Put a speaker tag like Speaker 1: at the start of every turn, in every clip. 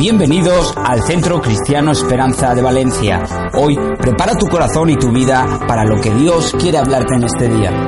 Speaker 1: Bienvenidos al Centro Cristiano Esperanza de Valencia. Hoy prepara tu corazón y tu vida para lo que Dios quiere hablarte en este día.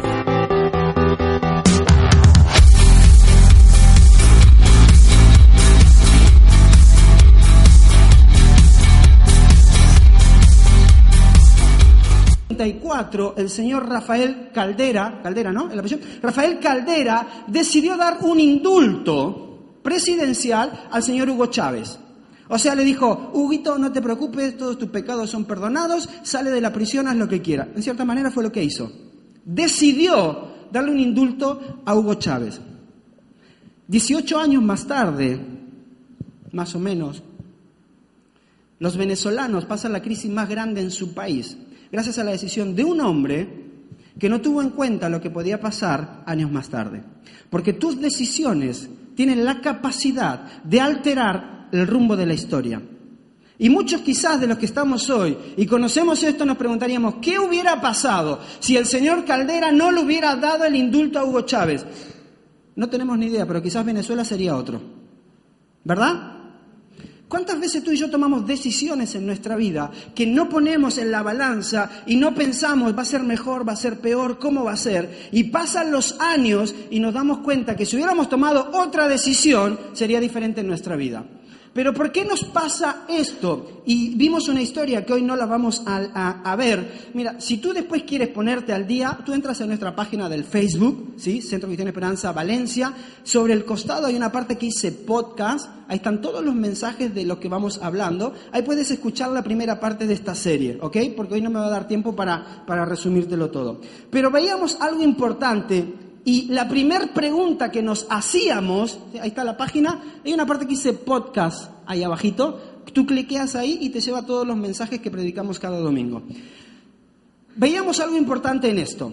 Speaker 2: El señor Rafael Caldera, ¿no? Rafael Caldera decidió dar un indulto presidencial al señor Hugo Chávez. O sea, le dijo: Huguito, no te preocupes, todos tus pecados son perdonados, sale de la prisión, haz lo que quiera. En cierta manera fue lo que hizo. Decidió darle un indulto a Hugo Chávez. 18 años más tarde, más o menos, los venezolanos pasan la crisis más grande en su país, gracias a la decisión de un hombre que no tuvo en cuenta lo que podía pasar años más tarde. Porque tus decisiones tienen la capacidad de alterar el rumbo de la historia. Y muchos quizás de los que estamos hoy y conocemos esto nos preguntaríamos: ¿qué hubiera pasado si el señor Caldera no le hubiera dado el indulto a Hugo Chávez? No tenemos ni idea, pero quizás Venezuela sería otro. ¿Verdad? ¿Cuántas veces tú y yo tomamos decisiones en nuestra vida que no ponemos en la balanza y no pensamos va a ser mejor, va a ser peor, cómo va a ser? Y pasan los años y nos damos cuenta que si hubiéramos tomado otra decisión sería diferente en nuestra vida. Pero ¿por qué nos pasa esto? Y vimos una historia que hoy no la vamos a ver. Mira, si tú después quieres ponerte al día, tú entras en nuestra página del Facebook, ¿sí? Centro Cristiano Esperanza Valencia. Sobre el costado hay una parte que dice podcast. Ahí están todos los mensajes de lo que vamos hablando. Ahí puedes escuchar la primera parte de esta serie, ¿ok? Porque hoy no me va a dar tiempo para resumírtelo todo. Pero veíamos algo importante. Y la primera pregunta que nos hacíamos, ahí está la página, hay una parte que dice podcast, ahí abajito, tú cliqueas ahí y te lleva todos los mensajes que predicamos cada domingo. Veíamos algo importante en esto.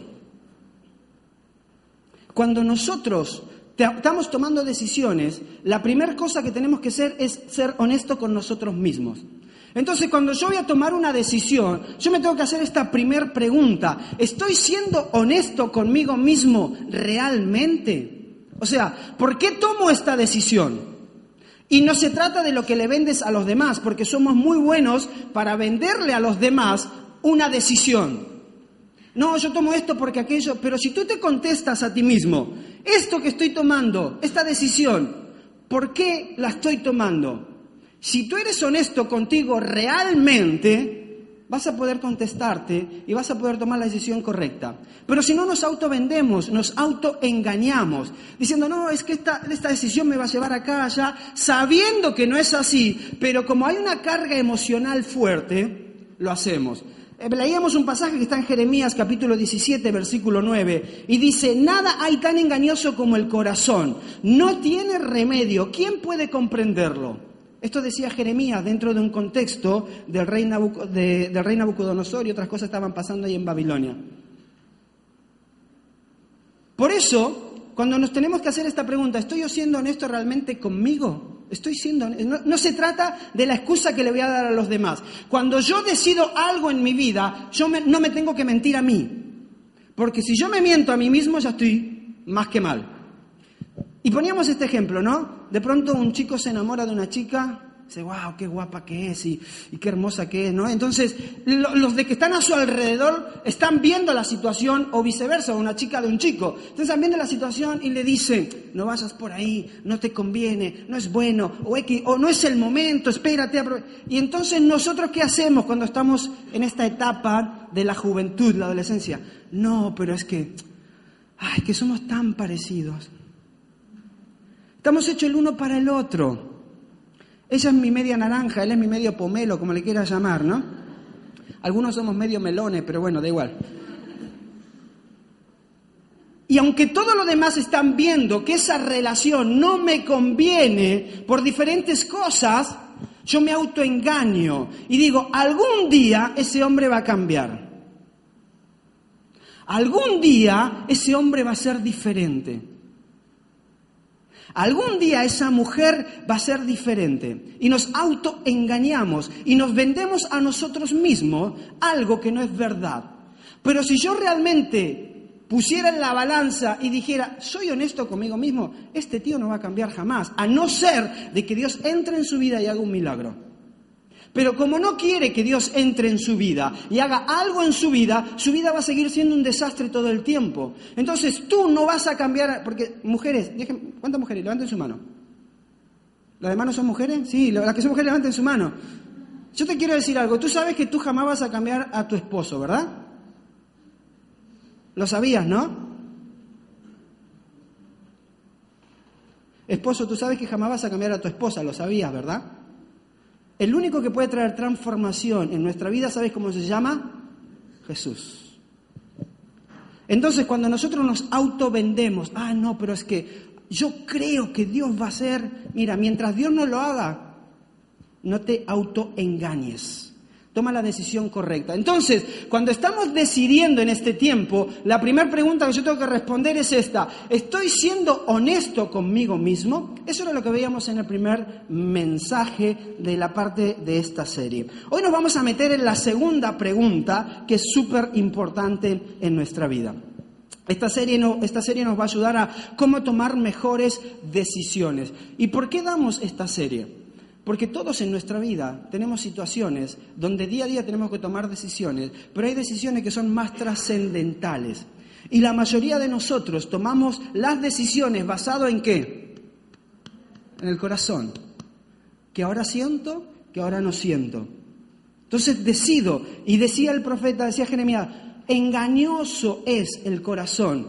Speaker 2: Cuando nosotros estamos tomando decisiones, la primera cosa que tenemos que hacer es ser honestos con nosotros mismos. Entonces, cuando yo voy a tomar una decisión, yo me tengo que hacer esta primera pregunta: ¿estoy siendo honesto conmigo mismo realmente? O sea, ¿por qué tomo esta decisión? Y no se trata de lo que le vendes a los demás, porque somos muy buenos para venderle a los demás una decisión. No, yo tomo esto porque aquello, pero si tú te contestas a ti mismo, esto que estoy tomando, esta decisión, ¿por qué la estoy tomando? Si tú eres honesto contigo realmente, vas a poder contestarte y vas a poder tomar la decisión correcta. Pero si no, nos autovendemos, nos autoengañamos, diciendo: no, es que esta decisión me va a llevar acá, allá, sabiendo que no es así, pero como hay una carga emocional fuerte, lo hacemos. Leíamos un pasaje que está en Jeremías capítulo 17, versículo 9, y dice: nada hay tan engañoso como el corazón, no tiene remedio, ¿quién puede comprenderlo? Esto decía Jeremías dentro de un contexto del rey Nabucodonosor y otras cosas estaban pasando ahí en Babilonia. Por eso, cuando nos tenemos que hacer esta pregunta: ¿estoy yo siendo honesto realmente conmigo? No se trata de la excusa que le voy a dar a los demás. Cuando yo decido algo en mi vida, no me tengo que mentir a mí. Porque si yo me miento a mí mismo, ya estoy más que mal. Y poníamos este ejemplo, ¿no? De pronto un chico se enamora de una chica, dice: wow, qué guapa que es y qué hermosa que es, ¿no? Entonces, los de que están a su alrededor están viendo la situación, o viceversa, una chica de un chico. Entonces están viendo la situación y le dicen: no vayas por ahí, no te conviene, no es bueno, o no es el momento, espérate. Y entonces, ¿nosotros qué hacemos cuando estamos en esta etapa de la juventud, la adolescencia? No, pero es que somos tan parecidos. Estamos hechos el uno para el otro. Ella es mi media naranja, él es mi medio pomelo, como le quieras llamar, ¿no? Algunos somos medio melones, pero bueno, da igual. Y aunque todo lo demás están viendo que esa relación no me conviene por diferentes cosas, yo me autoengaño y digo: algún día ese hombre va a cambiar. Algún día ese hombre va a ser diferente. Algún día esa mujer va a ser diferente. Y nos autoengañamos y nos vendemos a nosotros mismos algo que no es verdad. Pero si yo realmente pusiera en la balanza y dijera, soy honesto conmigo mismo, este tío no va a cambiar jamás, a no ser de que Dios entre en su vida y haga un milagro. Pero como no quiere que Dios entre en su vida y haga algo en su vida va a seguir siendo un desastre todo el tiempo. Entonces tú no vas a cambiar, porque mujeres, ¿cuántas mujeres? Levanten su mano. ¿Las demás no son mujeres? Sí, las que son mujeres levanten su mano. Yo te quiero decir algo, tú sabes que tú jamás vas a cambiar a tu esposo, ¿verdad? Lo sabías, ¿no? Esposo, tú sabes que jamás vas a cambiar a tu esposa, lo sabías, ¿verdad? El único que puede traer transformación en nuestra vida, ¿sabes cómo se llama? Jesús. Entonces, cuando nosotros nos autovendemos, no, pero es que yo creo que Dios va a hacer, mira, mientras Dios no lo haga, no te autoengañes. Toma la decisión correcta. Entonces, cuando estamos decidiendo en este tiempo, la primera pregunta que yo tengo que responder es esta. ¿Estoy siendo honesto conmigo mismo? Eso era lo que veíamos en el primer mensaje de la parte de esta serie. Hoy nos vamos a meter en la segunda pregunta, que es súper importante en nuestra vida. Esta serie nos va a ayudar a cómo tomar mejores decisiones. ¿Y por qué damos esta serie? Porque todos en nuestra vida tenemos situaciones donde día a día tenemos que tomar decisiones, pero hay decisiones que son más trascendentales. Y la mayoría de nosotros tomamos las decisiones basado en ¿qué? En el corazón. Que ahora siento, que ahora no siento. Entonces decido, y decía el profeta, decía Jeremías, engañoso es el corazón.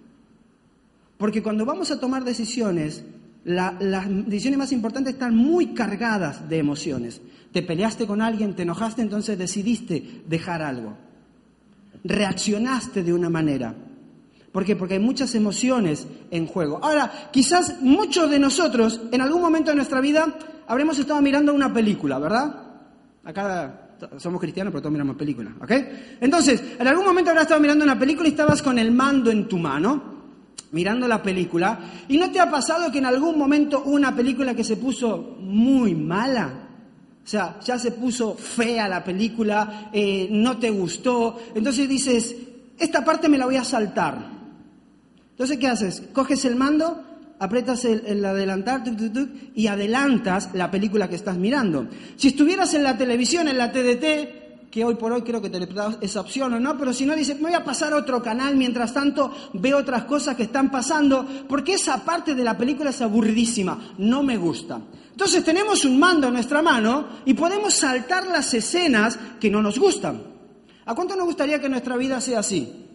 Speaker 2: Porque cuando vamos a tomar decisiones, las decisiones más importantes están muy cargadas de emociones. Te peleaste con alguien, te enojaste, entonces decidiste dejar algo. Reaccionaste de una manera. ¿Por qué? Porque hay muchas emociones en juego. Ahora, quizás muchos de nosotros, en algún momento de nuestra vida, habremos estado mirando una película, ¿verdad? Acá somos cristianos, pero todos miramos películas, ¿ok? Entonces, en algún momento habrás estado mirando una película y estabas con el mando en tu mano, mirando la película, ¿y no te ha pasado que en algún momento hubo una película que se puso muy mala? O sea, ya se puso fea la película, no te gustó, entonces dices, esta parte me la voy a saltar. Entonces, ¿qué haces? Coges el mando, aprietas el adelantar y adelantas la película que estás mirando. Si estuvieras en la televisión, en la TDT, que hoy por hoy creo que te le da esa opción o no, pero si no, dices, me voy a pasar a otro canal, mientras tanto veo otras cosas que están pasando, porque esa parte de la película es aburridísima, no me gusta. Entonces tenemos un mando en nuestra mano y podemos saltar las escenas que no nos gustan. ¿A cuánto nos gustaría que nuestra vida sea así?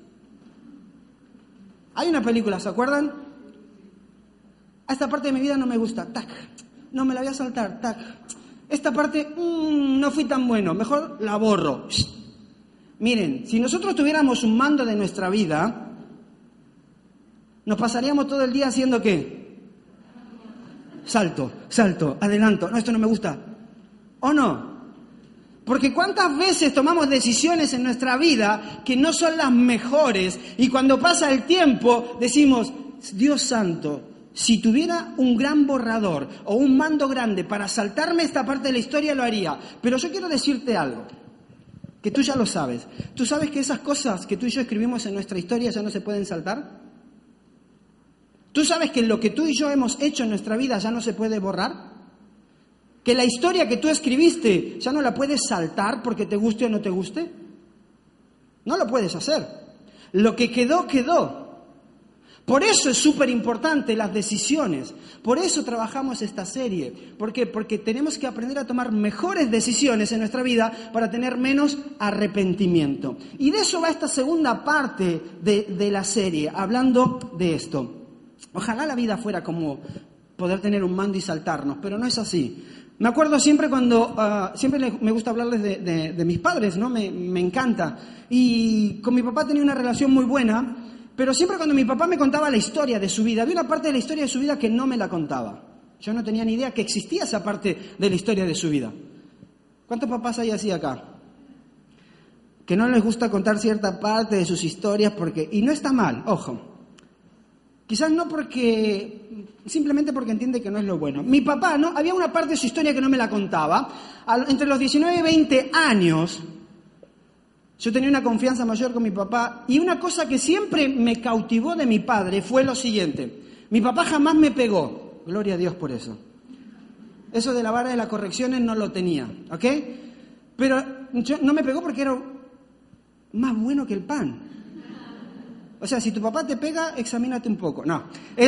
Speaker 2: Hay una película, ¿se acuerdan? A esta parte de mi vida no me gusta, tac, no me la voy a saltar, tac. Esta parte, no fui tan bueno, mejor la borro. Miren, si nosotros tuviéramos un mando de nuestra vida, nos pasaríamos todo el día haciendo ¿qué? Salto, adelanto, no, esto no me gusta. ¿O no? Porque ¿cuántas veces tomamos decisiones en nuestra vida que no son las mejores? Y cuando pasa el tiempo decimos, Dios santo, si tuviera un gran borrador o un mando grande para saltarme esta parte de la historia, lo haría. Pero yo quiero decirte algo, que tú ya lo sabes. ¿Tú sabes que esas cosas que tú y yo escribimos en nuestra historia ya no se pueden saltar? ¿Tú sabes que lo que tú y yo hemos hecho en nuestra vida ya no se puede borrar? ¿Que la historia que tú escribiste ya no la puedes saltar porque te guste o no te guste? No lo puedes hacer. Lo que quedó, quedó. Por eso es súper importante las decisiones. Por eso trabajamos esta serie. ¿Por qué? Porque tenemos que aprender a tomar mejores decisiones en nuestra vida para tener menos arrepentimiento. Y de eso va esta segunda parte de la serie, hablando de esto. Ojalá la vida fuera como poder tener un mando y saltarnos, pero no es así. Me acuerdo siempre cuando, siempre me gusta hablarles de mis padres, ¿no? Me encanta. Y con mi papá tenía una relación muy buena. Pero siempre cuando mi papá me contaba la historia de su vida, había una parte de la historia de su vida que no me la contaba. Yo no tenía ni idea que existía esa parte de la historia de su vida. ¿Cuántos papás hay así acá? Que no les gusta contar cierta parte de sus historias porque... Y no está mal, ojo. Quizás no porque... Simplemente porque entiende que no es lo bueno. Mi papá, ¿no? Había una parte de su historia que no me la contaba. Entre los 19 y 20 años... Yo tenía una confianza mayor con mi papá y una cosa que siempre me cautivó de mi padre fue lo siguiente. Mi papá jamás me pegó. Gloria a Dios por eso. Eso de la vara de las correcciones no lo tenía, ¿ok? Pero no me pegó porque era más bueno que el pan. O sea, si tu papá te pega, examínate un poco. No,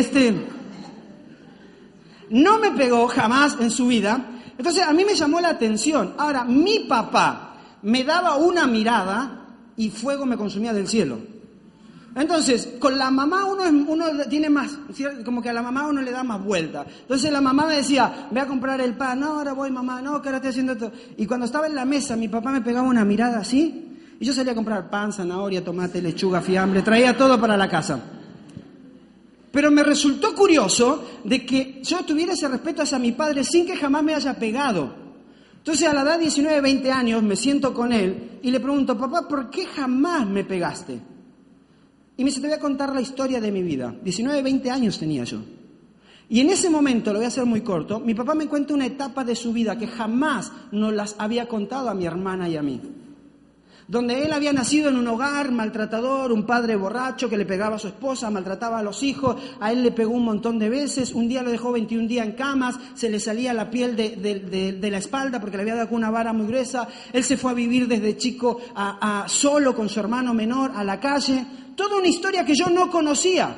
Speaker 2: no me pegó jamás en su vida. Entonces a mí me llamó la atención. Ahora, mi papá me daba una mirada y fuego me consumía del cielo. Entonces, con la mamá uno tiene más, como que a la mamá uno le da más vuelta. Entonces la mamá me decía, ve a comprar el pan. No, ahora voy, mamá, no, que ahora estoy haciendo esto. Y cuando estaba en la mesa, mi papá me pegaba una mirada así y yo salía a comprar pan, zanahoria, tomate, lechuga, fiambre, traía todo para la casa. Pero me resultó curioso de que yo tuviera ese respeto hacia mi padre sin que jamás me haya pegado. Entonces a la edad de 19, 20 años me siento con él y le pregunto, papá, ¿por qué jamás me pegaste? Y me dice, te voy a contar la historia de mi vida. 19, 20 años tenía yo. Y en ese momento, lo voy a hacer muy corto, mi papá me cuenta una etapa de su vida que jamás nos las había contado a mi hermana y a mí. Donde él había nacido en un hogar maltratador, un padre borracho que le pegaba a su esposa, maltrataba a los hijos, a él le pegó un montón de veces, un día lo dejó 21 días en camas, se le salía la piel de la espalda porque le había dado con una vara muy gruesa, él se fue a vivir desde chico solo con su hermano menor a la calle, toda una historia que yo no conocía.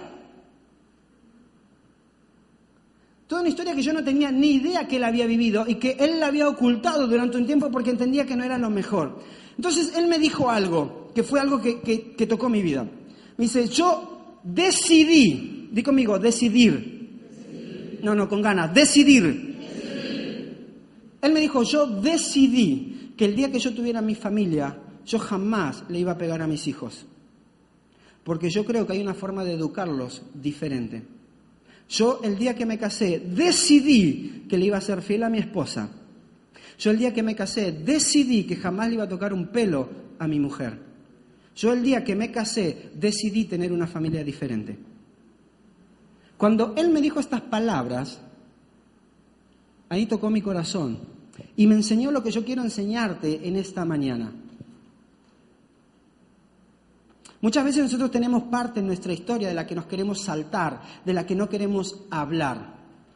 Speaker 2: Toda una historia que yo no tenía ni idea que él había vivido y que él la había ocultado durante un tiempo porque entendía que no era lo mejor. Entonces él me dijo algo, que fue algo que tocó mi vida. Me dice, yo decidí, di conmigo, decidir. No, con ganas, decidir. Él me dijo, yo decidí que el día que yo tuviera mi familia, yo jamás le iba a pegar a mis hijos. Porque yo creo que hay una forma de educarlos diferente. Yo el día que me casé decidí que le iba a ser fiel a mi esposa. Yo el día que me casé decidí que jamás le iba a tocar un pelo a mi mujer. Yo el día que me casé decidí tener una familia diferente. Cuando él me dijo estas palabras, ahí tocó mi corazón y me enseñó lo que yo quiero enseñarte en esta mañana. Muchas veces nosotros tenemos parte en nuestra historia de la que nos queremos saltar, de la que no queremos hablar.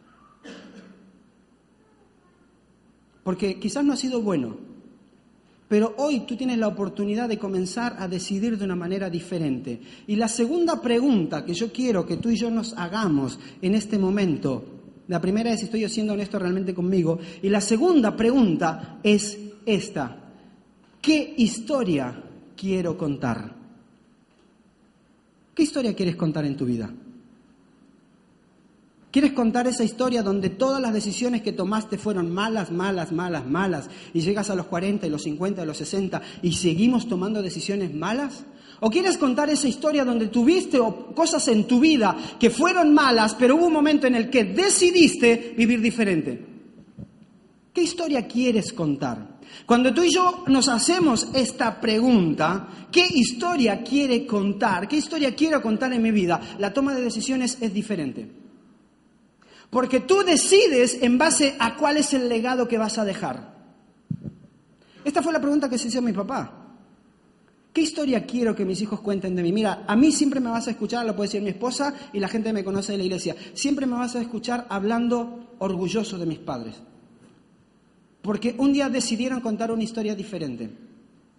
Speaker 2: Porque quizás no ha sido bueno, pero hoy tú tienes la oportunidad de comenzar a decidir de una manera diferente. Y la segunda pregunta que yo quiero que tú y yo nos hagamos en este momento, la primera es si estoy yo siendo honesto realmente conmigo, y la segunda pregunta es esta: ¿qué historia quiero contar? ¿Qué historia quieres contar en tu vida? ¿Quieres contar esa historia donde todas las decisiones que tomaste fueron malas, y llegas a los 40 y los 50 y los 60 y seguimos tomando decisiones malas? ¿O quieres contar esa historia donde tuviste cosas en tu vida que fueron malas, pero hubo un momento en el que decidiste vivir diferente? ¿Qué historia quieres contar? Cuando tú y yo nos hacemos esta pregunta, ¿qué historia quiere contar? ¿Qué historia quiero contar en mi vida? La toma de decisiones es diferente. Porque tú decides en base a cuál es el legado que vas a dejar. Esta fue la pregunta que se hizo mi papá. ¿Qué historia quiero que mis hijos cuenten de mí? Mira, a mí siempre me vas a escuchar, lo puede decir mi esposa y la gente que me conoce de la iglesia, siempre me vas a escuchar hablando orgulloso de mis padres. Porque un día decidieron contar una historia diferente.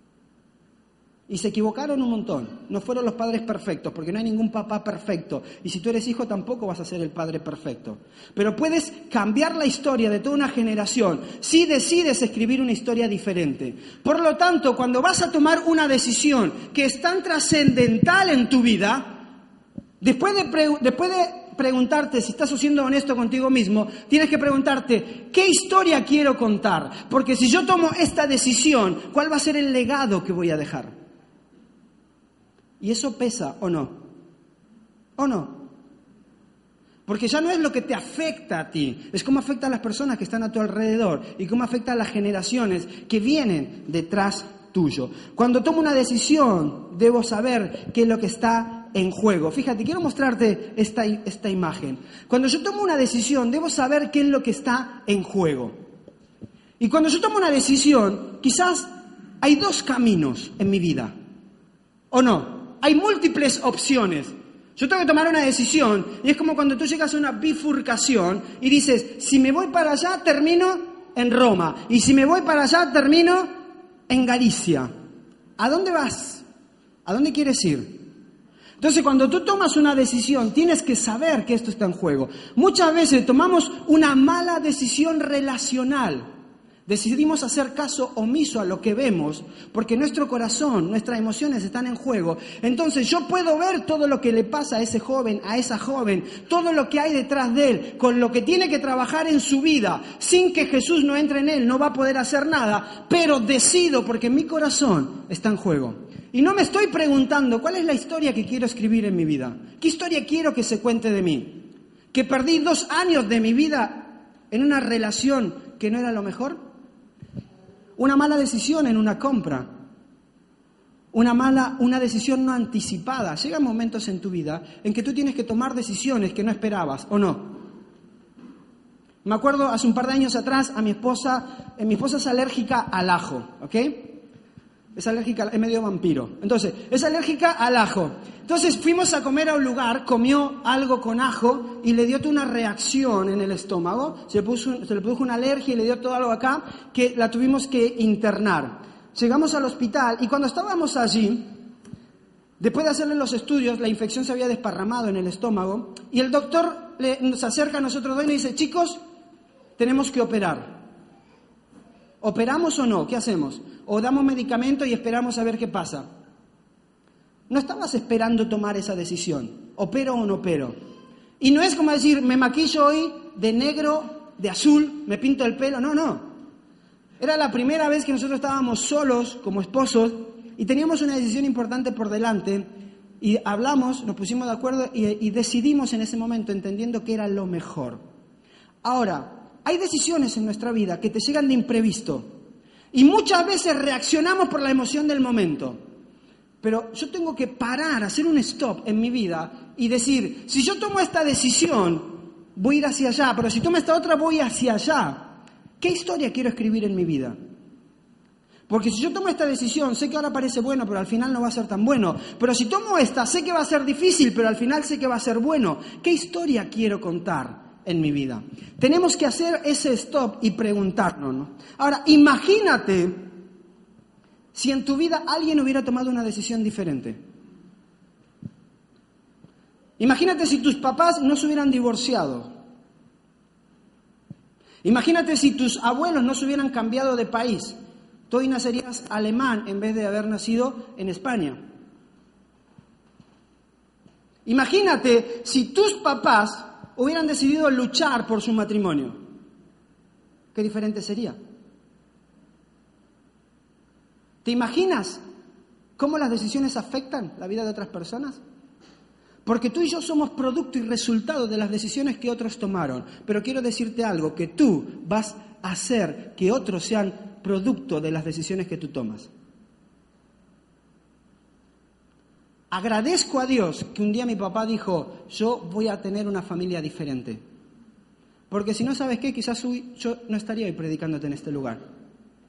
Speaker 2: Y se equivocaron un montón. No fueron los padres perfectos, porque no hay ningún papá perfecto. Y si tú eres hijo, tampoco vas a ser el padre perfecto. Pero puedes cambiar la historia de toda una generación si decides escribir una historia diferente. Por lo tanto, cuando vas a tomar una decisión que es tan trascendental en tu vida, después de preguntarte si estás siendo honesto contigo mismo, tienes que preguntarte, ¿qué historia quiero contar? Porque si yo tomo esta decisión, ¿cuál va a ser el legado que voy a dejar? ¿Y eso pesa o no? ¿O no? Porque ya no es lo que te afecta a ti, es cómo afecta a las personas que están a tu alrededor y cómo afecta a las generaciones que vienen detrás tuyo. Cuando tomo una decisión, debo saber qué es lo que está en juego. Fíjate, quiero mostrarte esta imagen. Cuando yo tomo una decisión, debo saber qué es lo que está en juego. Y cuando yo tomo una decisión, quizás hay dos caminos en mi vida, ¿o no? Hay múltiples opciones. Yo tengo que tomar una decisión y es como cuando tú llegas a una bifurcación y dices, si me voy para allá, termino en Roma. Y si me voy para allá, termino en Galicia. ¿A dónde vas? ¿A dónde quieres ir? Entonces, cuando tú tomas una decisión, tienes que saber que esto está en juego. Muchas veces tomamos una mala decisión relacional. Decidimos hacer caso omiso a lo que vemos porque nuestro corazón, nuestras emociones están en juego. Entonces yo puedo ver todo lo que le pasa a ese joven, a esa joven, todo lo que hay detrás de él, con lo que tiene que trabajar en su vida. Sin que Jesús no entre en él, no va a poder hacer nada, pero decido porque mi corazón está en juego. Y no me estoy preguntando cuál es la historia que quiero escribir en mi vida. ¿Qué historia quiero que se cuente de mí? ¿Que perdí 2 años de mi vida en una relación que no era lo mejor? Una mala decisión en una compra, una decisión no anticipada. Llegan momentos en tu vida en que tú tienes que tomar decisiones que no esperabas, ¿o no? Me acuerdo hace un par de años atrás mi esposa es alérgica al ajo, ¿ok? Es alérgica, es medio vampiro. Entonces, es alérgica al ajo. Entonces fuimos a comer a un lugar, comió algo con ajo y le dio toda una reacción en el estómago. Se le produjo una alergia y le dio todo algo acá que la tuvimos que internar. Llegamos al hospital y cuando estábamos allí, después de hacerle los estudios, la infección se había desparramado en el estómago y el doctor nos acerca a nosotros dos y nos dice, chicos, tenemos que operar. ¿Operamos o no? ¿Qué hacemos? ¿O damos medicamento y esperamos a ver qué pasa? No estabas esperando tomar esa decisión. ¿Opero o no opero? Y no es como decir, me maquillo hoy de negro, de azul, me pinto el pelo. No. Era la primera vez que nosotros estábamos solos como esposos y teníamos una decisión importante por delante y hablamos, nos pusimos de acuerdo y decidimos en ese momento entendiendo que era lo mejor. Ahora, hay decisiones en nuestra vida que te llegan de imprevisto y muchas veces reaccionamos por la emoción del momento. Pero yo tengo que parar, hacer un stop en mi vida y decir, si yo tomo esta decisión, voy a ir hacia allá, pero si tomo esta otra, voy hacia allá. ¿Qué historia quiero escribir en mi vida? Porque si yo tomo esta decisión, sé que ahora parece bueno, pero al final no va a ser tan bueno. Pero si tomo esta, sé que va a ser difícil, pero al final sé que va a ser bueno. ¿Qué historia quiero contar en mi vida? Tenemos que hacer ese stop y preguntarnos, ¿no? Ahora, imagínate si en tu vida alguien hubiera tomado una decisión diferente. Imagínate si tus papás no se hubieran divorciado. Imagínate si tus abuelos no se hubieran cambiado de país. Tú hoy nacerías alemán en vez de haber nacido en España. Imagínate si tus papás hubieran decidido luchar por su matrimonio. ¿Qué diferente sería? ¿Te imaginas cómo las decisiones afectan la vida de otras personas? Porque tú y yo somos producto y resultado de las decisiones que otros tomaron. Pero quiero decirte algo, que tú vas a hacer que otros sean producto de las decisiones que tú tomas. Agradezco a Dios que un día mi papá dijo, yo voy a tener una familia diferente. Porque si no, ¿sabes qué? Quizás yo no estaría hoy predicándote en este lugar.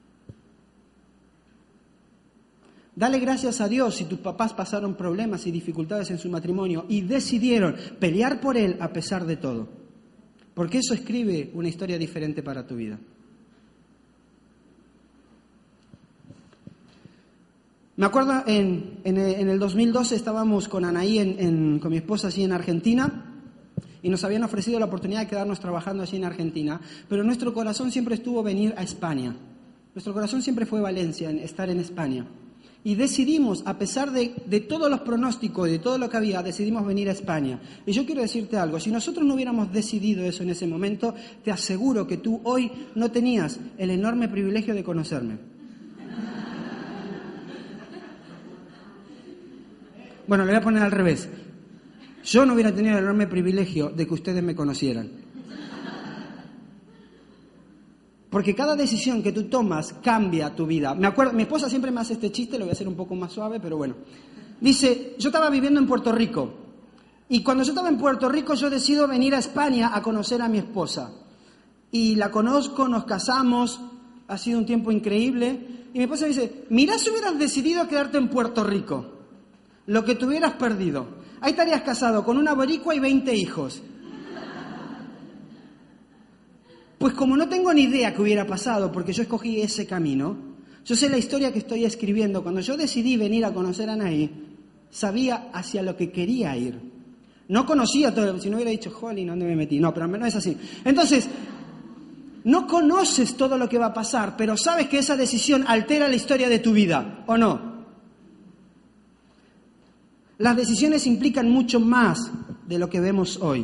Speaker 2: Dale gracias a Dios si tus papás pasaron problemas y dificultades en su matrimonio y decidieron pelear por él a pesar de todo. Porque eso escribe una historia diferente para tu vida. Me acuerdo en el 2012 estábamos con Anaí, con mi esposa, allí en Argentina, y nos habían ofrecido la oportunidad de quedarnos trabajando allí en Argentina, pero nuestro corazón siempre estuvo venir a España. Nuestro corazón siempre fue Valencia, estar en España. Y decidimos, a pesar de todos los pronósticos y de todo lo que había, decidimos venir a España. Y yo quiero decirte algo, si nosotros no hubiéramos decidido eso en ese momento, te aseguro que tú hoy no tenías el enorme privilegio de conocerme. Bueno, lo voy a poner al revés. Yo no hubiera tenido el enorme privilegio de que ustedes me conocieran. Porque cada decisión que tú tomas cambia tu vida. Me acuerdo, mi esposa siempre me hace este chiste, lo voy a hacer un poco más suave, pero bueno. Dice, yo estaba viviendo en Puerto Rico. Y cuando yo estaba en Puerto Rico, yo decido venir a España a conocer a mi esposa. Y la conozco, nos casamos, ha sido un tiempo increíble. Y mi esposa me dice, mirá si hubieras decidido quedarte en Puerto Rico, lo que te hubieras perdido. Ahí estarías casado con una boricua y 20 hijos. Pues como no tengo ni idea qué hubiera pasado, porque yo escogí ese camino, yo sé la historia que estoy escribiendo. Cuando yo decidí venir a conocer a Anaí, sabía hacia lo que quería ir. No conocía todo, si no hubiera dicho, jolín, ¿dónde me metí? No, pero no es así. Entonces, no conoces todo lo que va a pasar, pero sabes que esa decisión altera la historia de tu vida, ¿o no? Las decisiones implican mucho más de lo que vemos hoy.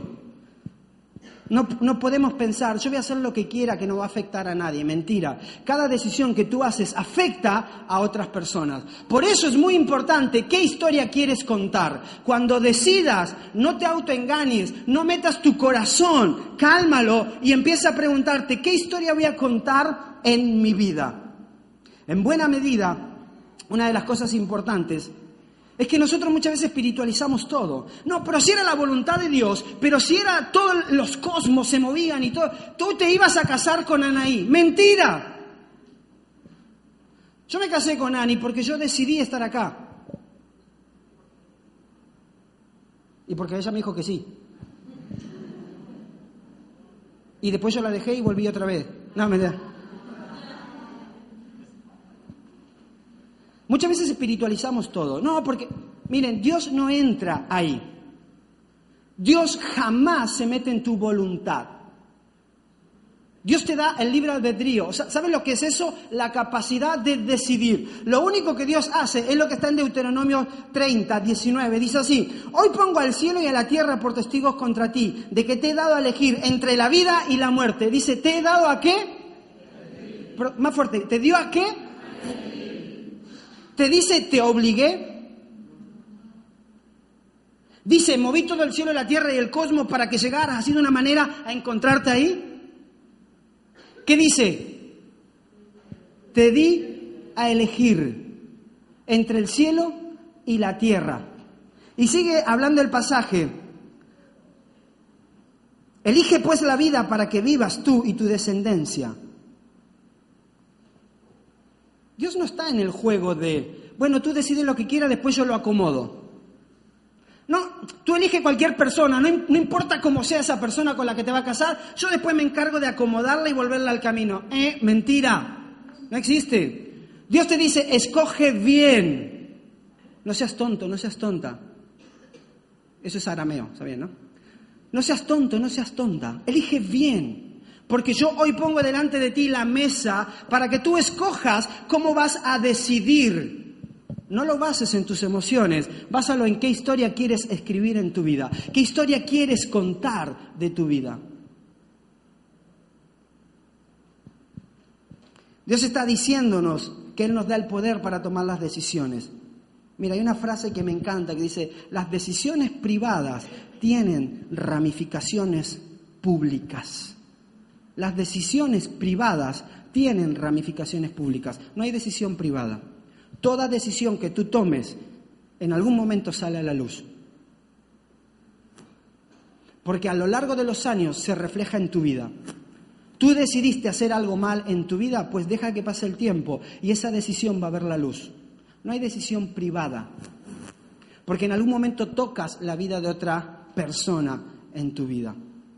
Speaker 2: No podemos pensar, yo voy a hacer lo que quiera que no va a afectar a nadie. Mentira. Cada decisión que tú haces afecta a otras personas. Por eso es muy importante qué historia quieres contar. Cuando decidas, no te autoengañes, no metas tu corazón, cálmalo y empieza a preguntarte, ¿qué historia voy a contar en mi vida? En buena medida, una de las cosas importantes es que nosotros muchas veces espiritualizamos todo. No, pero si era la voluntad de Dios, pero si era todos los cosmos se movían y todo, tú te ibas a casar con Anaí. ¡Mentira! Yo me casé con Ani porque yo decidí estar acá. Y porque ella me dijo que sí. Y después yo la dejé y volví otra vez. No, mentira. Muchas veces espiritualizamos todo. No, porque, miren, Dios no entra ahí. Dios jamás se mete en tu voluntad. Dios te da el libre albedrío. O sea, ¿saben lo que es eso? La capacidad de decidir. Lo único que Dios hace es lo que está en Deuteronomio 30, 19. Dice así, hoy pongo al cielo y a la tierra por testigos contra ti, de que te he dado a elegir entre la vida y la muerte. Dice, ¿te he dado a qué? Pero, más fuerte, ¿te dio a qué? Te dice, te obligué. Dice, moví todo el cielo, la tierra y el cosmos para que llegaras así de una manera a encontrarte ahí. ¿Qué dice? Te di a elegir entre el cielo y la tierra. Y sigue hablando el pasaje. Elige pues la vida para que vivas tú y tu descendencia. Dios no está en el juego de, bueno, tú decides lo que quieras, después yo lo acomodo. No, tú eliges cualquier persona, no importa cómo sea esa persona con la que te va a casar, yo después me encargo de acomodarla y volverla al camino. Mentira, no existe. Dios te dice, escoge bien. No seas tonto, no seas tonta. Eso es arameo, ¿sabían, no? No seas tonto, no seas tonta. Elige bien. Porque yo hoy pongo delante de ti la mesa para que tú escojas cómo vas a decidir. No lo bases en tus emociones, básalo en qué historia quieres escribir en tu vida, qué historia quieres contar de tu vida. Dios está diciéndonos que Él nos da el poder para tomar las decisiones. Mira, hay una frase que me encanta que dice, las decisiones privadas tienen ramificaciones públicas. Las decisiones privadas tienen ramificaciones públicas. No hay decisión privada. Toda decisión que tú tomes en algún momento sale a la luz. Porque a lo largo de los años se refleja en tu vida. Tú decidiste hacer algo mal en tu vida, pues deja que pase el tiempo y esa decisión va a ver la luz. No hay decisión privada. Porque en algún momento tocas la vida de otra persona en tu vida.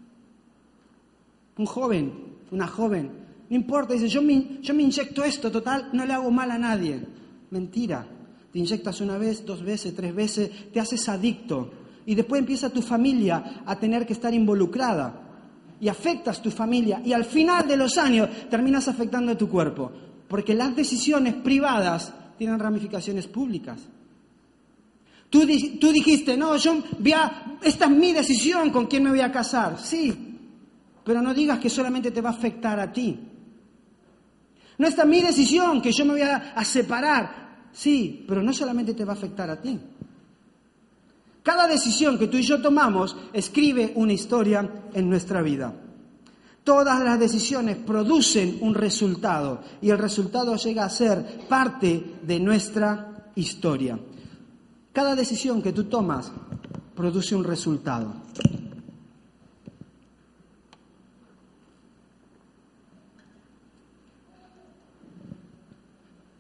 Speaker 2: Un joven, una joven, no importa, dice, yo me inyecto esto, total, no le hago mal a nadie. Mentira, te inyectas una vez, 2 veces, 3 veces, te haces adicto y después empieza tu familia a tener que estar involucrada y afectas tu familia y al final de los años terminas afectando a tu cuerpo, porque las decisiones privadas tienen ramificaciones públicas. Tú dijiste, no, esta es mi decisión con quién me voy a casar, sí. Pero no digas que solamente te va a afectar a ti. No está mi decisión que yo me voy a separar. Sí, pero no solamente te va a afectar a ti. Cada decisión que tú y yo tomamos escribe una historia en nuestra vida. Todas las decisiones producen un resultado y el resultado llega a ser parte de nuestra historia. Cada decisión que tú tomas produce un resultado.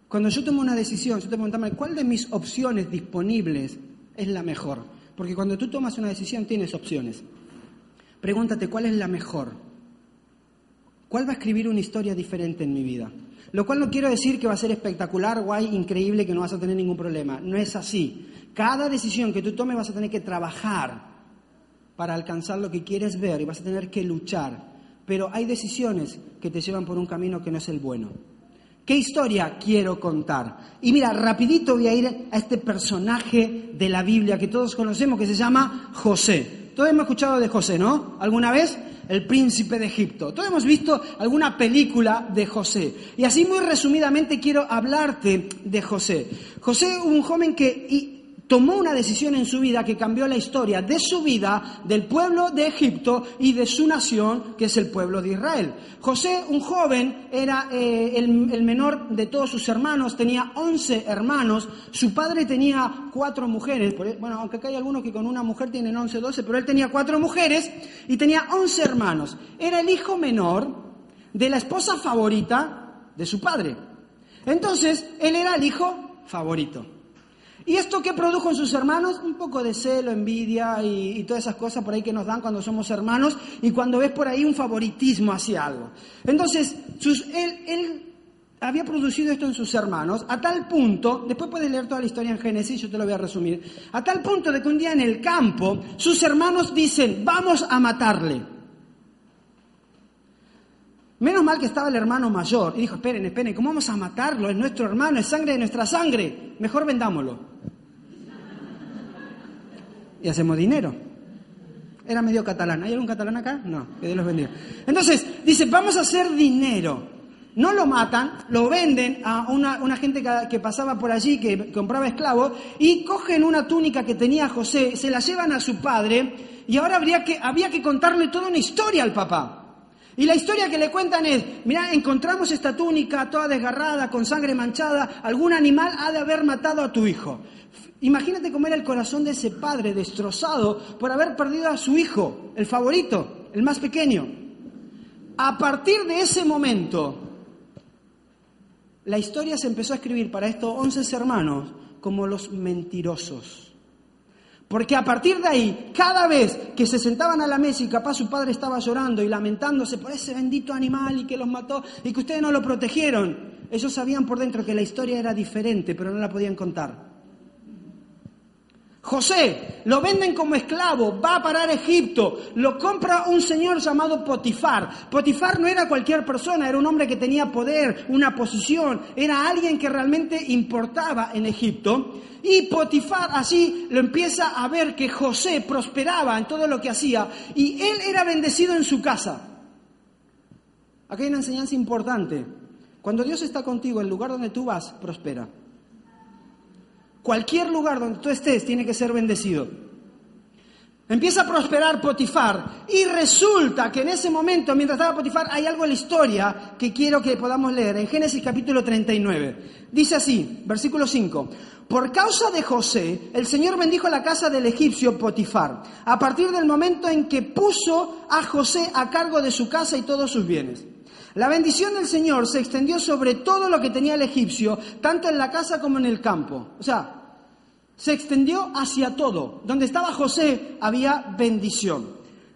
Speaker 2: Cuando yo tomo una decisión, yo te pregunto, ¿cuál de mis opciones disponibles es la mejor? Porque cuando tú tomas una decisión tienes opciones. Pregúntate, ¿cuál es la mejor? ¿Cuál va a escribir una historia diferente en mi vida? Lo cual no quiero decir que va a ser espectacular, guay, increíble, que no vas a tener ningún problema. No es así. Cada decisión que tú tomes vas a tener que trabajar para alcanzar lo que quieres ver y vas a tener que luchar. Pero hay decisiones que te llevan por un camino que no es el bueno. ¿Qué historia quiero contar? Y mira, rapidito voy a ir a este personaje de la Biblia que todos conocemos que se llama José. Todos hemos escuchado de José, ¿no? ¿Alguna vez? El príncipe de Egipto. Todos hemos visto alguna película de José. Y así muy resumidamente quiero hablarte de José. José, un joven que tomó una decisión en su vida que cambió la historia de su vida, del pueblo de Egipto y de su nación, que es el pueblo de Israel. José, un joven, era el menor de todos sus hermanos, tenía 11 hermanos, su padre tenía 4 mujeres, bueno, aunque acá hay algunos que con una mujer tienen 11, 12, pero él tenía 4 mujeres y tenía 11 hermanos. Era el hijo menor de la esposa favorita de su padre. Entonces, él era el hijo favorito. ¿Y esto qué produjo en sus hermanos? Un poco de celo, envidia y todas esas cosas por ahí que nos dan cuando somos hermanos y cuando ves por ahí un favoritismo hacia algo. Entonces, él había producido esto en sus hermanos a tal punto, después puedes leer toda la historia en Génesis, yo te lo voy a resumir, a tal punto de que un día en el campo sus hermanos dicen, vamos a matarle. Menos mal que estaba el hermano mayor y dijo, esperen, ¿cómo vamos a matarlo? Es nuestro hermano, es sangre de nuestra sangre, mejor vendámoslo. Y hacemos dinero. Era medio catalán. ¿Hay algún catalán acá? No, que Dios los bendiga. Entonces, dice, vamos a hacer dinero. No lo matan, lo venden a una gente que pasaba por allí, que compraba esclavos, y cogen una túnica que tenía José, se la llevan a su padre, y ahora había que contarle toda una historia al papá. Y la historia que le cuentan es, mira, encontramos esta túnica toda desgarrada, con sangre manchada, algún animal ha de haber matado a tu hijo. Imagínate cómo era el corazón de ese padre destrozado por haber perdido a su hijo, el favorito, el más pequeño. A partir de ese momento, la historia se empezó a escribir para estos 11 hermanos como los mentirosos. Porque a partir de ahí, cada vez que se sentaban a la mesa y capaz su padre estaba llorando y lamentándose por ese bendito animal y que los mató y que ustedes no lo protegieron, ellos sabían por dentro que la historia era diferente, pero no la podían contar. José, lo venden como esclavo, va a parar a Egipto, lo compra un señor llamado Potifar. Potifar no era cualquier persona, era un hombre que tenía poder, una posición, era alguien que realmente importaba en Egipto. Y Potifar así lo empieza a ver que José prosperaba en todo lo que hacía y él era bendecido en su casa. Aquí hay una enseñanza importante. Cuando Dios está contigo, el lugar donde tú vas, prospera. Cualquier lugar donde tú estés tiene que ser bendecido. Empieza a prosperar Potifar y resulta que en ese momento, mientras estaba Potifar, hay algo en la historia que quiero que podamos leer en Génesis capítulo 39. Dice así, versículo 5. Por causa de José, el Señor bendijo la casa del egipcio Potifar, a partir del momento en que puso a José a cargo de su casa y todos sus bienes. La bendición del Señor se extendió sobre todo lo que tenía el egipcio, tanto en la casa como en el campo. O sea, se extendió hacia todo. Donde estaba José había bendición.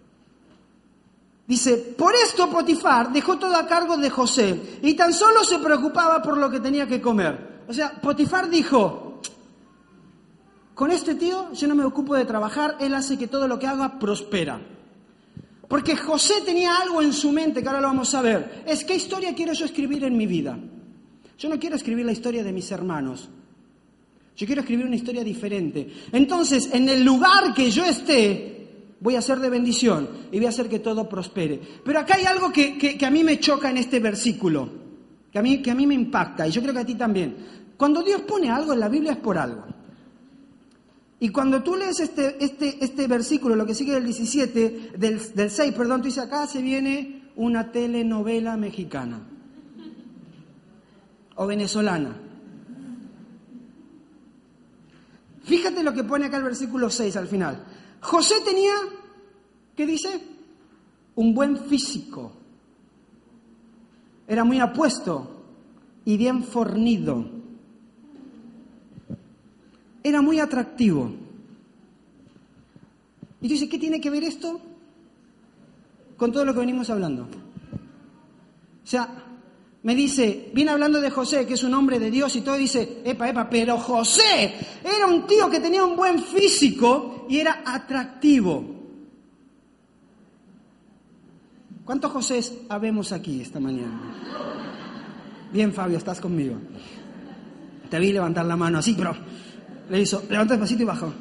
Speaker 2: Dice, por esto Potifar dejó todo a cargo de José y tan solo se preocupaba por lo que tenía que comer. O sea, Potifar dijo, con este tío yo no me ocupo de trabajar, él hace que todo lo que haga prospera. Porque José tenía algo en su mente, que ahora lo vamos a ver. Es, ¿qué historia quiero yo escribir en mi vida? Yo no quiero escribir la historia de mis hermanos. Yo quiero escribir una historia diferente. Entonces, en el lugar que yo esté, voy a ser de bendición y voy a hacer que todo prospere. Pero acá hay algo que a mí me choca en este versículo, que a mí me impacta, y yo creo que a ti también. Cuando Dios pone algo en la Biblia es por algo. Y cuando tú lees este versículo, lo que sigue del 17, del 6, tú dices, acá se viene una telenovela mexicana o venezolana. Fíjate lo que pone acá el versículo 6 al final. José tenía, ¿qué dice? Un buen físico. Era muy apuesto y bien fornido. era muy atractivo. Y tú dices, ¿qué tiene que ver esto con todo lo que venimos hablando? O sea, me dice, viene hablando de José, que es un hombre de Dios y todo, y dice, epa, pero José era un tío que tenía un buen físico y era atractivo. ¿Cuántos Josés habemos aquí esta mañana? Bien, Fabio, estás conmigo. Te vi levantar la mano así, pero le hizo, levanta despacito y bajó.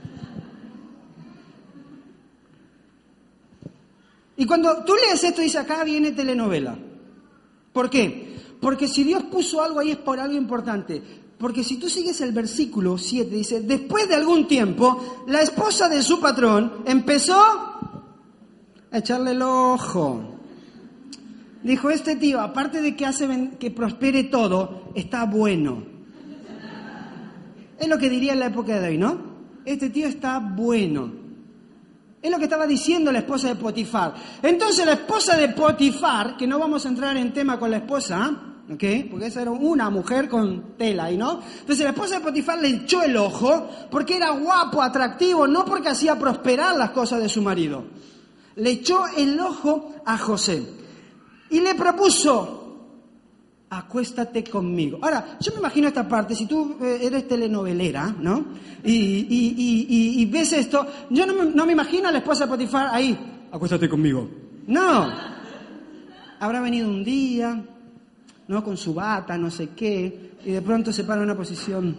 Speaker 2: Y cuando tú lees esto, dice, acá viene telenovela. ¿Por qué? Porque si Dios puso algo ahí es por algo importante. Porque si tú sigues el versículo 7, dice, después de algún tiempo, la esposa de su patrón empezó a echarle el ojo. Dijo, este tío, aparte de que hace que prospere todo, está bueno. Es lo que diría en la época de hoy, ¿no? Este tío está bueno. Es lo que estaba diciendo la esposa de Potifar. Entonces la esposa de Potifar, que no vamos a entrar en tema con la esposa, ¿ok? Porque esa era una mujer con tela ahí, ¿no? Entonces la esposa de Potifar le echó el ojo porque era guapo, atractivo, no porque hacía prosperar las cosas de su marido. Le echó el ojo a José y le propuso, acuéstate conmigo. Ahora, yo me imagino esta parte, si tú eres telenovelera, ¿no? Y ves esto, yo no me imagino a la esposa de Potifar ahí, acuéstate conmigo. No. Habrá venido un día, ¿no? Con su bata, no sé qué, y de pronto se para en una posición.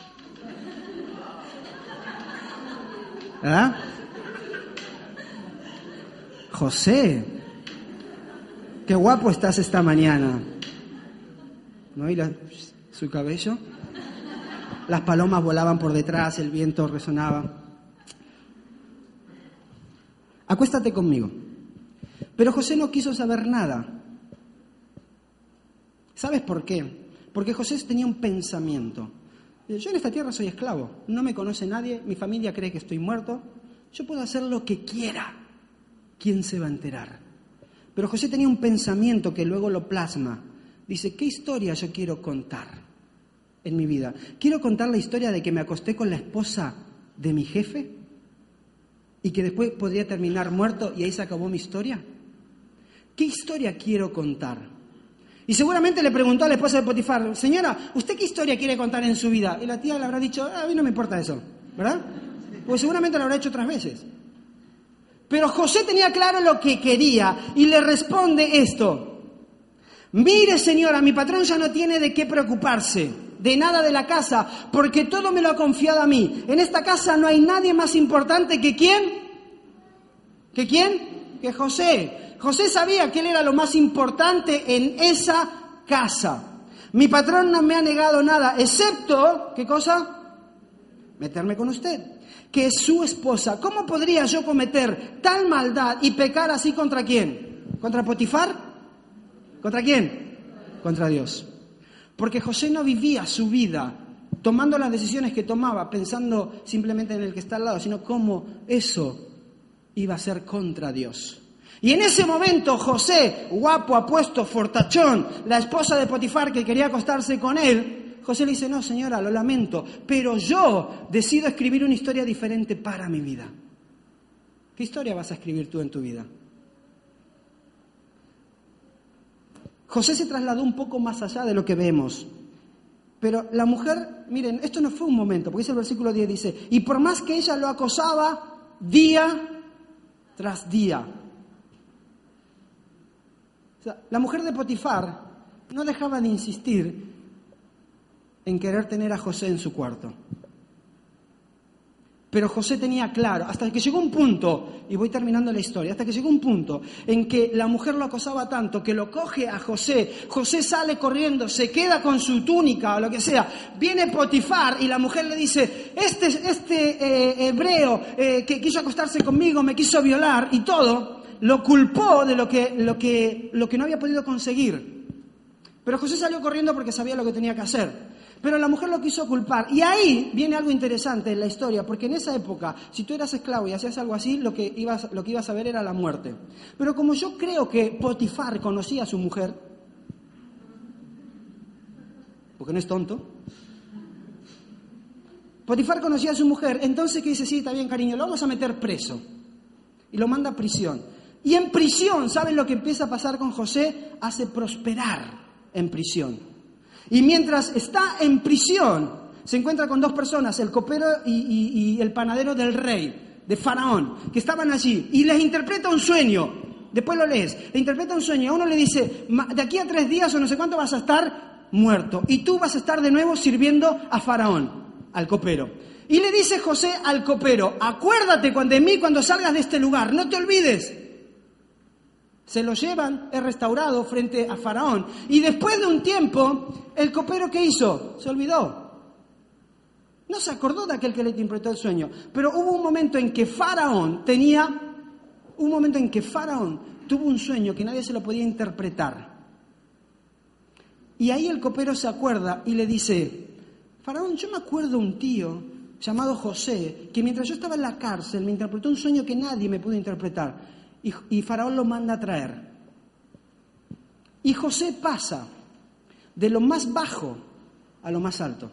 Speaker 2: ¿Verdad? José, qué guapo estás esta mañana. ¿No? Y su cabello, las palomas volaban por detrás, el viento resonaba. Acuéstate conmigo. Pero José no quiso saber nada. ¿Sabes por qué? Porque José tenía un pensamiento. Yo en esta tierra soy esclavo, no me conoce nadie, mi familia cree que estoy muerto, yo puedo hacer lo que quiera. ¿Quién se va a enterar? Pero José tenía un pensamiento que luego lo plasma. Dice, ¿qué historia yo quiero contar en mi vida? ¿Quiero contar la historia de que me acosté con la esposa de mi jefe? ¿Y que después podría terminar muerto y ahí se acabó mi historia? ¿Qué historia quiero contar? Y seguramente le preguntó a la esposa de Potifar, señora, ¿usted qué historia quiere contar en su vida? Y la tía le habrá dicho, a mí no me importa eso, ¿verdad? Pues seguramente lo habrá hecho otras veces. Pero José tenía claro lo que quería y le responde esto. Mire, señora, mi patrón ya no tiene de qué preocuparse, de nada de la casa, porque todo me lo ha confiado a mí. En esta casa no hay nadie más importante que ¿quién? ¿Que quién? Que José. José sabía que él era lo más importante en esa casa. Mi patrón no me ha negado nada, excepto, ¿qué cosa? Meterme con usted, que es su esposa. ¿Cómo podría yo cometer tal maldad y pecar así contra quién? ¿Contra Potifar? ¿Contra quién? Contra Dios. Porque José no vivía su vida tomando las decisiones que tomaba, pensando simplemente en el que está al lado, sino cómo eso iba a ser contra Dios. Y en ese momento José, guapo, apuesto, fortachón, la esposa de Potifar que quería acostarse con él, José le dice, no señora, lo lamento, pero yo decido escribir una historia diferente para mi vida. ¿Qué historia vas a escribir tú en tu vida? José se trasladó un poco más allá de lo que vemos. Pero la mujer, miren, esto no fue un momento, porque el versículo 10 dice, y por más que ella lo acosaba día tras día. O sea, la mujer de Potifar no dejaba de insistir en querer tener a José en su cuarto. Pero José tenía claro, hasta que llegó un punto, y voy terminando la historia, hasta que llegó un punto en que la mujer lo acosaba tanto que lo coge a José, José sale corriendo, se queda con su túnica o lo que sea, viene Potifar y la mujer le dice, este hebreo que quiso acostarse conmigo, me quiso violar y todo, lo culpó de lo que no había podido conseguir. Pero José salió corriendo porque sabía lo que tenía que hacer. Pero la mujer lo quiso culpar. Y ahí viene algo interesante en la historia, porque en esa época, si tú eras esclavo y hacías algo así, lo que ibas a ver era la muerte. Pero como yo creo que Potifar conocía a su mujer, porque no es tonto, Potifar conocía a su mujer, entonces que dice, sí, está bien, cariño, lo vamos a meter preso. Y lo manda a prisión. Y en prisión, ¿saben lo que empieza a pasar con José? Hace prosperar en prisión. Y mientras está en prisión, se encuentra con dos personas, el copero y el panadero del rey, de Faraón, que estaban allí. Y les interpreta un sueño. Después lo lees. Le interpreta un sueño. A uno le dice, de aquí a 3 días o no sé cuánto vas a estar muerto. Y tú vas a estar de nuevo sirviendo a Faraón, al copero. Y le dice José al copero, acuérdate de mí cuando salgas de este lugar, no te olvides. Se lo llevan, es restaurado frente a Faraón. Y después de un tiempo, el copero, ¿qué hizo? Se olvidó. No se acordó de aquel que le interpretó el sueño. Pero hubo un momento en que Faraón tuvo un sueño que nadie se lo podía interpretar. Y ahí el copero se acuerda y le dice, Faraón, yo me acuerdo un tío llamado José, que mientras yo estaba en la cárcel me interpretó un sueño que nadie me pudo interpretar. Y Faraón lo manda a traer. Y José pasa de lo más bajo a lo más alto.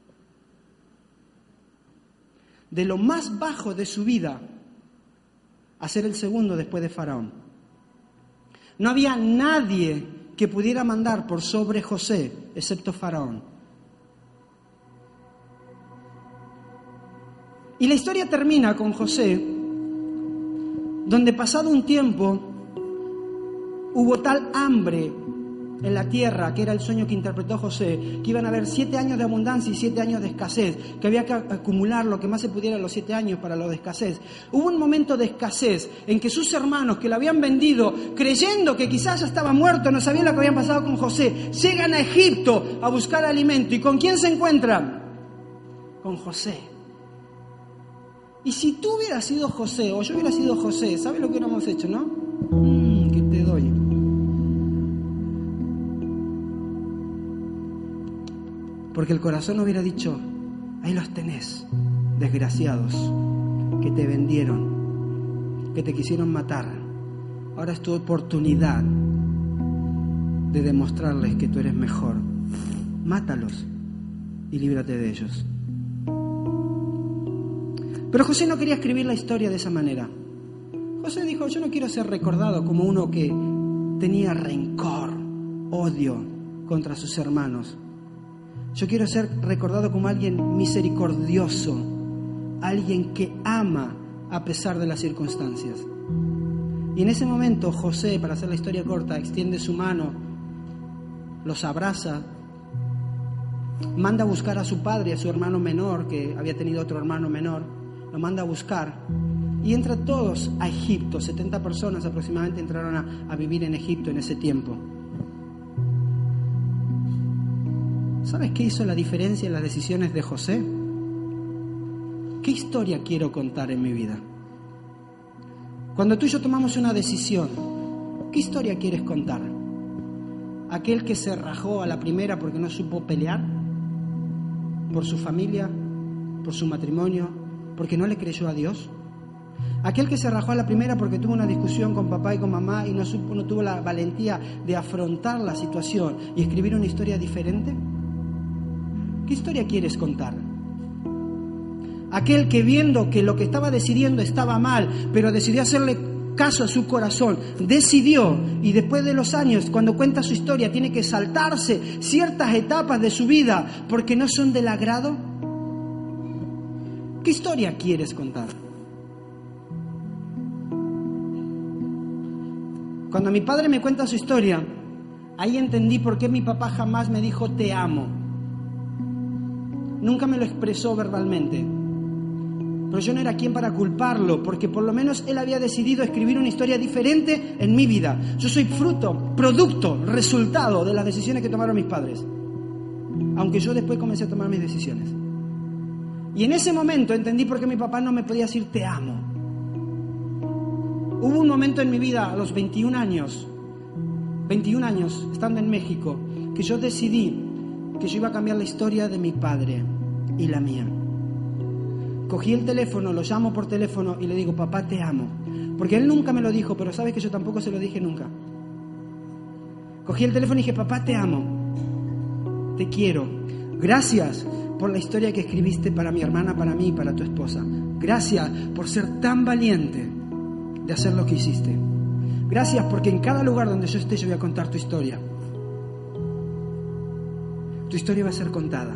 Speaker 2: De lo más bajo de su vida a ser el segundo después de Faraón. No había nadie que pudiera mandar por sobre José, excepto Faraón. Y la historia termina con José, donde pasado un tiempo hubo tal hambre en la tierra, que era el sueño que interpretó José, que iban a haber 7 años de abundancia y 7 años de escasez, que había que acumular lo que más se pudiera en los 7 años para lo de escasez. Hubo un momento de escasez en que sus hermanos, que lo habían vendido, creyendo que quizás ya estaba muerto, no sabían lo que habían pasado con José, llegan a Egipto a buscar alimento. ¿Y con quién se encuentran? Con José. Y si tú hubieras sido José, o yo hubiera sido José, ¿sabes lo que hubiéramos hecho, no? Que te doy. Porque el corazón hubiera dicho, ahí los tenés, desgraciados, que te vendieron, que te quisieron matar. Ahora es tu oportunidad de demostrarles que tú eres mejor. Mátalos y líbrate de ellos. Pero José no quería escribir la historia de esa manera. José dijo, yo no quiero ser recordado como uno que tenía rencor, odio contra sus hermanos. Yo quiero ser recordado como alguien misericordioso, alguien que ama a pesar de las circunstancias. Y en ese momento José, para hacer la historia corta, extiende su mano, los abraza, manda a buscar a su padre, a su hermano menor, que había tenido otro hermano menor, lo manda a buscar y entra todos a Egipto. 70 personas aproximadamente entraron a vivir en Egipto en ese tiempo. ¿Sabes qué hizo la diferencia en las decisiones de José? ¿Qué historia quiero contar en mi vida? Cuando tú y yo tomamos una decisión, ¿qué historia quieres contar? ¿Aquel que se rajó a la primera porque no supo pelear? ¿Por su familia? ¿Por su matrimonio? ¿Porque no le creyó a Dios? ¿Aquel que se rajó a la primera porque tuvo una discusión con papá y con mamá y no tuvo la valentía de afrontar la situación y escribir una historia diferente? ¿Qué historia quieres contar? Aquel que, viendo que lo que estaba decidiendo estaba mal, pero decidió hacerle caso a su corazón, decidió, y después de los años, cuando cuenta su historia, tiene que saltarse ciertas etapas de su vida porque no son del agrado. ¿Qué historia quieres contar? Cuando mi padre me cuenta su historia, ahí entendí por qué mi papá jamás me dijo te amo. Nunca me lo expresó verbalmente. Pero yo no era quien para culparlo, porque por lo menos él había decidido escribir una historia diferente en mi vida. Yo soy fruto, producto, resultado de las decisiones que tomaron mis padres. Aunque yo después comencé a tomar mis decisiones. Y en ese momento entendí por qué mi papá no me podía decir te amo. Hubo un momento en mi vida, a los 21 años, estando en México, que yo decidí que yo iba a cambiar la historia de mi padre y la mía. Cogí el teléfono, lo llamo por teléfono y le digo, papá, te amo. Porque él nunca me lo dijo, pero sabes que yo tampoco se lo dije nunca. Cogí el teléfono y dije, papá, te amo. Te quiero. Gracias por la historia que escribiste para mi hermana, para mí y para tu esposa. Gracias por ser tan valiente de hacer lo que hiciste. Gracias porque en cada lugar donde yo esté yo voy a contar tu historia. Tu historia va a ser contada.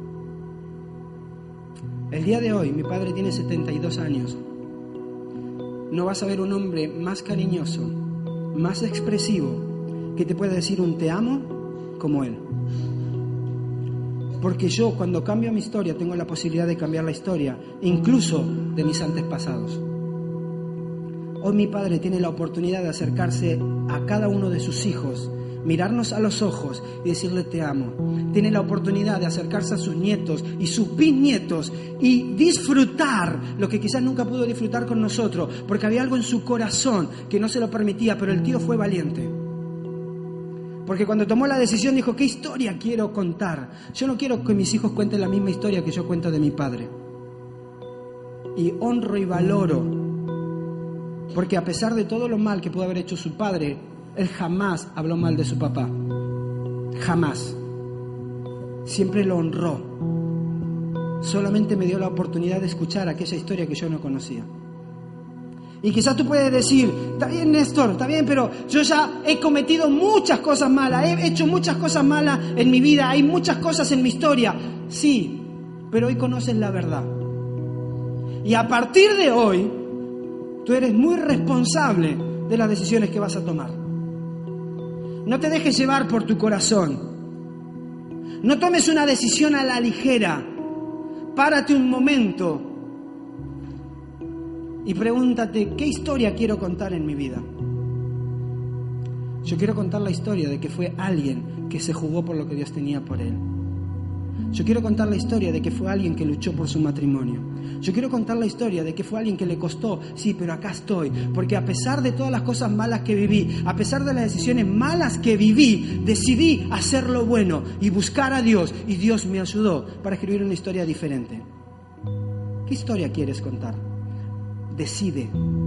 Speaker 2: El día de hoy, mi padre tiene 72 años. No vas a ver un hombre más cariñoso, más expresivo, que te pueda decir un te amo como él. Porque yo, cuando cambio mi historia, tengo la posibilidad de cambiar la historia, incluso de mis antepasados. Hoy mi padre tiene la oportunidad de acercarse a cada uno de sus hijos, mirarnos a los ojos y decirle te amo. Tiene la oportunidad de acercarse a sus nietos y sus bisnietos y disfrutar lo que quizás nunca pudo disfrutar con nosotros, porque había algo en su corazón que no se lo permitía, pero el tío fue valiente. Porque cuando tomó la decisión dijo, ¿qué historia quiero contar? Yo no quiero que mis hijos cuenten la misma historia que yo cuento de mi padre. Y honro y valoro, porque a pesar de todo lo mal que pudo haber hecho su padre, él jamás habló mal de su papá. Jamás. Siempre lo honró. Solamente me dio la oportunidad de escuchar aquella historia que yo no conocía. Y quizás tú puedes decir, está bien Néstor, está bien, pero yo ya he cometido muchas cosas malas, he hecho muchas cosas malas en mi vida, hay muchas cosas en mi historia. Sí, pero hoy conoces la verdad. Y a partir de hoy, tú eres muy responsable de las decisiones que vas a tomar. No te dejes llevar por tu corazón. No tomes una decisión a la ligera. Párate un momento y pregúntate, ¿qué historia quiero contar en mi vida? Yo quiero contar la historia de que fue alguien que se jugó por lo que Dios tenía por él. Yo quiero contar la historia de que fue alguien que luchó por su matrimonio. Yo quiero contar la historia de que fue alguien que le costó, sí, pero acá estoy. Porque a pesar de todas las cosas malas que viví, a pesar de las decisiones malas que viví, decidí hacer lo bueno y buscar a Dios. Y Dios me ayudó para escribir una historia diferente. ¿Qué historia quieres contar? Decide.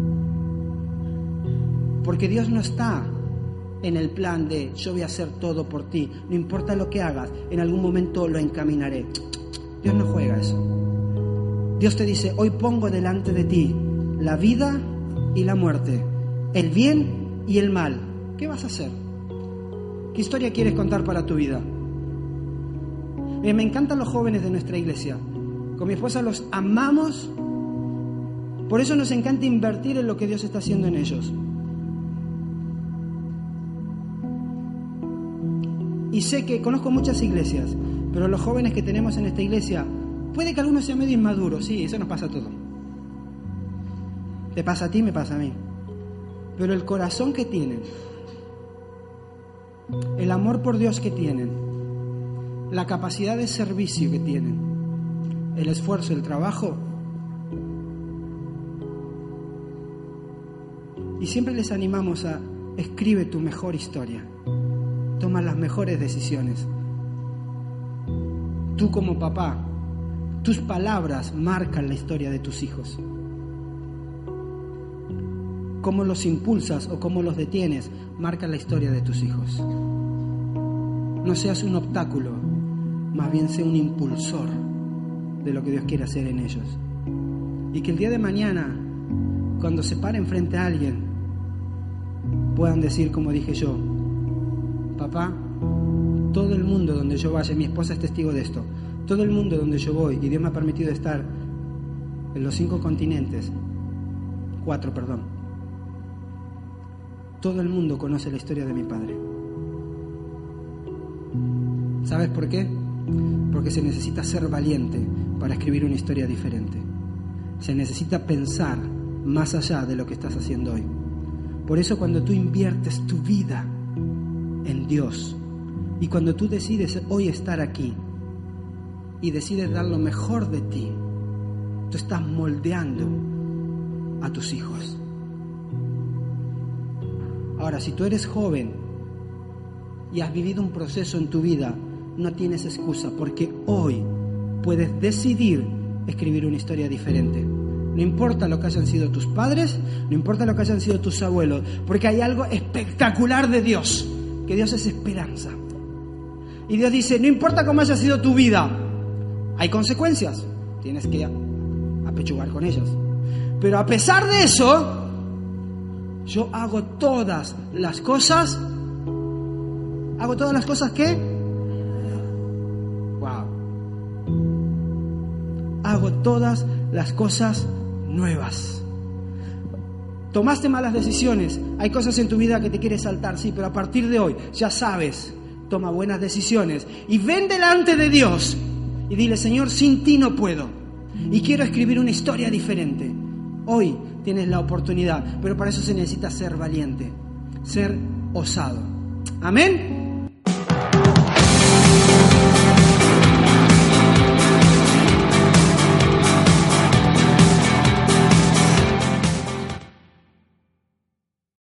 Speaker 2: Porque Dios no está en el plan de yo voy a hacer todo por ti, no importa lo que hagas, en algún momento lo encaminaré. Dios no juega eso. Dios te dice, hoy pongo delante de ti la vida y la muerte, el bien y el mal. ¿Qué vas a hacer? ¿Qué historia quieres contar para tu vida? Me encantan los jóvenes de nuestra iglesia. Con mi esposa los amamos. Por eso nos encanta invertir en lo que Dios está haciendo en ellos. Y sé que conozco muchas iglesias, pero los jóvenes que tenemos en esta iglesia, puede que algunos sean medio inmaduros, sí, eso nos pasa a todos. Te pasa a ti, me pasa a mí. Pero el corazón que tienen, el amor por Dios que tienen, la capacidad de servicio que tienen, el esfuerzo, el trabajo. Y siempre les animamos a escribe tu mejor historia. Toma las mejores decisiones. Tú como papá, tus palabras marcan la historia de tus hijos. Cómo los impulsas o cómo los detienes marcan la historia de tus hijos. No seas un obstáculo, más bien sea un impulsor de lo que Dios quiere hacer en ellos. Y que el día de mañana, cuando se paren frente a alguien, puedan decir como dije yo, papá, todo el mundo donde yo vaya, mi esposa es testigo de esto, todo el mundo donde yo voy, y Dios me ha permitido estar en los 5 continentes, 4, perdón, todo el mundo conoce la historia de mi padre. ¿Sabes por qué? Porque se necesita ser valiente para escribir una historia diferente. Se necesita pensar más allá de lo que estás haciendo hoy. Por eso cuando tú inviertes tu vida en Dios y cuando tú decides hoy estar aquí y decides dar lo mejor de ti, tú estás moldeando a tus hijos. Ahora, si tú eres joven y has vivido un proceso en tu vida, no tienes excusa, porque hoy puedes decidir escribir una historia diferente. No importa lo que hayan sido tus padres, no importa lo que hayan sido tus abuelos, porque hay algo espectacular de Dios, que Dios es esperanza. Y Dios dice, no importa cómo haya sido tu vida, Hay consecuencias, tienes que apechugar con ellas. Pero a pesar de eso, yo hago todas las cosas que... Wow. Hago todas las cosas nuevas. Tomaste malas decisiones, hay cosas en tu vida que te quieres saltar, sí, pero a partir de hoy ya sabes, toma buenas decisiones y ven delante de Dios y dile: Señor, sin ti no puedo y quiero escribir una historia diferente. Hoy tienes la oportunidad, pero para eso se necesita ser valiente, ser osado. Amén.